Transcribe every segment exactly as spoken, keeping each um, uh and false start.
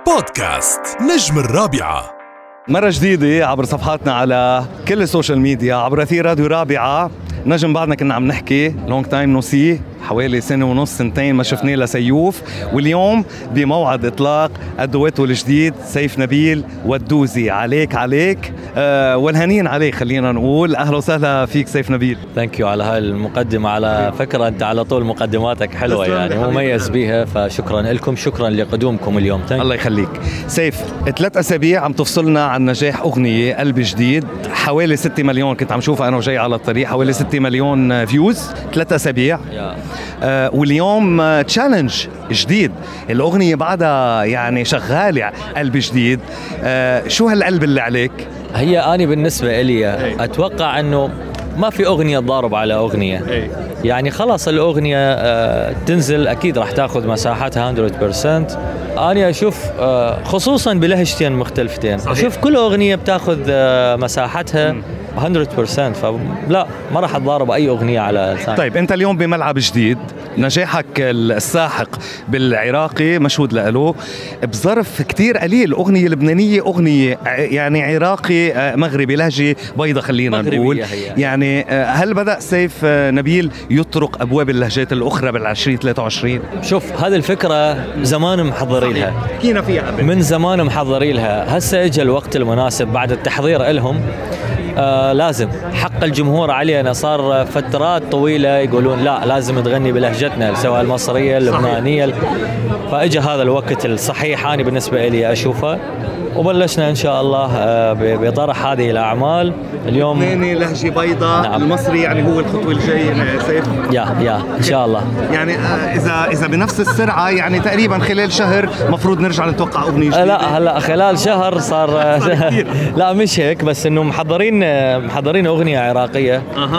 بودكاست نجم الرابعة، مرة جديدة عبر صفحاتنا على كل السوشيال ميديا عبر أثير راديو رابعة. نجم بعدنا كنا عم نحكي لونج تايم نو سي، حوالي سنة ونص سنتين ما شفناه لسيوف، واليوم بموعد إطلاق الدويتو الجديد سيف نبيل والدوزي. عليك عليك آه والهنين عليك، خلينا نقول أهلا وسهلا فيك سيف نبيل. ثانك يو على هاي المقدمة، على فكرة أنت على طول مقدماتك حلوة يعني مميز بيها، فشكرا لكم، شكرا لقدومكم اليوم. الله يخليك سيف. ثلاث أسابيع عم تفصلنا عن نجاح أغنية قلب جديد، حوالي ستة مليون كنت عم شوفها أنا وجاي على الطريق، حوالي ستة مليون فيوز ثلاث أسابيع. yeah. آه واليوم تشالنج جديد، الأغنية بعدها يعني شغالة قلب جديد. آه شو هالقلب اللي عليك؟ هي أنا بالنسبة إلي أتوقع أنه ما في أغنية ضارب على أغنية، يعني خلاص الأغنية آه تنزل أكيد راح تأخذ مساحتها مية بالمية. أنا أشوف آه خصوصا بلهجتين مختلفتين، صحيح. أشوف كل أغنية بتأخذ آه مساحتها م. مية بالمية، فلا ما راح تضارب أي أغنية على لسان. طيب أنت اليوم بملعب جديد، نجاحك الساحق بالعراقي مشهود له بظرف كتير قليل، أغنية لبنانية، أغنية يعني عراقي مغربي، لهجة بيضة خلينا نقول. هي. يعني هل بدأ سيف نبيل يطرق أبواب اللهجات الأخرى بالعشرين ثلاثة وعشرين؟ شوف هذه الفكرة زمان محضرين لها، حكينا فيها قبل. من زمان محضرين لها، هسه اجى الوقت المناسب بعد التحضير إلهم. آه لازم حق الجمهور علينا، صار فترات طويلة يقولون لا لازم تغني بلهجتنا سواء المصرية اللبنانية، فاجى هذا الوقت الصحيح أنا بالنسبة لي أشوفه، وبلشنا إن شاء الله بطرح هذه الأعمال اليوم. اثنين لهجة بيضاء. نعم. المصري يعني هو الخطوة الجاية سيف. يا يا إن شاء الله. يعني إذا إذا بنفس السرعة يعني تقريبا خلال شهر مفروض نرجع نتوقع أغنية جديدة. لا هلا خلال شهر صار لا مش هيك، بس إنه محضرين محضرين أغنية عراقية.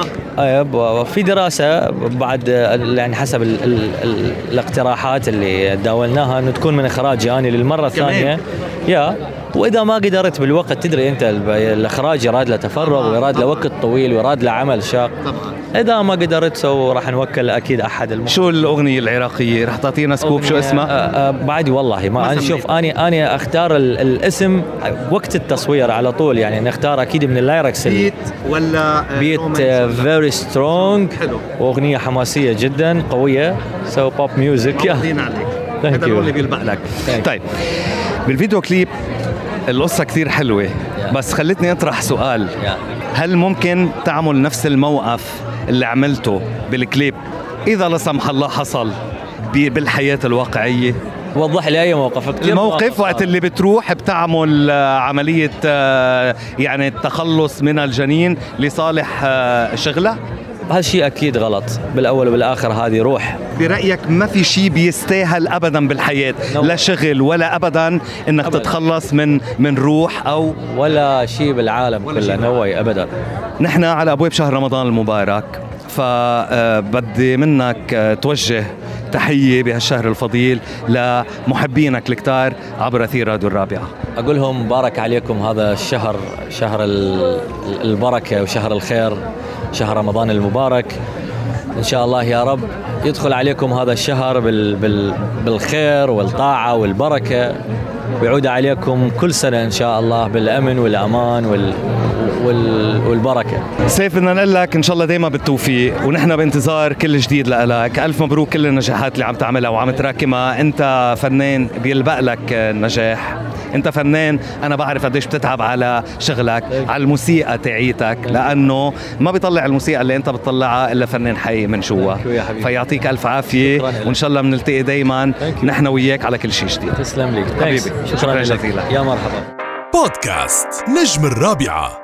أها. في دراسة بعد يعني حسب ال ال ال الاقتراحات اللي داولناها إنه تكون من إخراجي أنا للمرة الثانية. يا وإذا ما قدرت بالوقت، تدري أنت الإخراج يراد له تفرغ ويراد له وقت طويل ويراد له عمل شاق طبعا. إذا ما قدرت سو راح نوكل أكيد أحد الم... شو الأغنية العراقية؟ راح تعطينا سكوب شو اسمها؟ أه أه بعد والله ما أنا شوف أنا أنا أختار الاسم وقت التصوير على طول، يعني نختار أكيد من اللايركس. بيت ولا بيت فيري سترونج، وأغنية حماسية جدا قوية، سو بوب ميوزك. يا هذا اللي بيلبق لك. طيب بالفيديو كليب القصة كثير حلوة، بس خلتني أطرح سؤال. هل ممكن تعمل نفس الموقف اللي عملته بالكليب إذا لا سمح الله حصل بالحياة الواقعية؟ وضح لي أي موقف. الموقف وقت اللي بتروح بتعمل عملية يعني التخلص من الجنين لصالح شغله. هالشيء أكيد غلط، بالأول وبالآخر هذه روح. برأيك ما في شيء بيستاهل أبدا بالحياة، لا شغل ولا أبدا إنك أبداً. تتخلص من من روح أو ولا شيء بالعالم كله، نوي أبدا. نحن على أبواب شهر رمضان المبارك، فبدي منك توجه تحية بهالشهر الفضيل لمحبينك الكتار عبر أثير راديو الرابعة. أقول لهم بارك عليكم هذا الشهر، شهر البركة وشهر الخير، شهر رمضان المبارك. إن شاء الله يا رب يدخل عليكم هذا الشهر بال بال بالخير والطاعة والبركة، ويعود عليكم كل سنة إن شاء الله بالأمن والأمان وال وال والبركة. سيف بدنا نقول لك إن شاء الله دايما بالتوفيق، ونحن بانتظار كل جديد لك. ألف مبروك كل النجاحات اللي عم تعملها وعم تراكمها. أنت فنان بيلبق لك النجاح، أنت فنان أنا بعرف قديش بتتعب على شغلك، على الموسيقى تعيتك، لأنه ما بيطلع الموسيقى اللي أنت بتطلعها إلا فنان حي من جوا. فيعطيك ألف عافية، وإن شاء الله بنلتقي دايما نحن وياك على كل شيء جديد. تسلم لي حبيبي، شكرا جزيلا، يا مرحبا. بودكاست نجم الرابعة.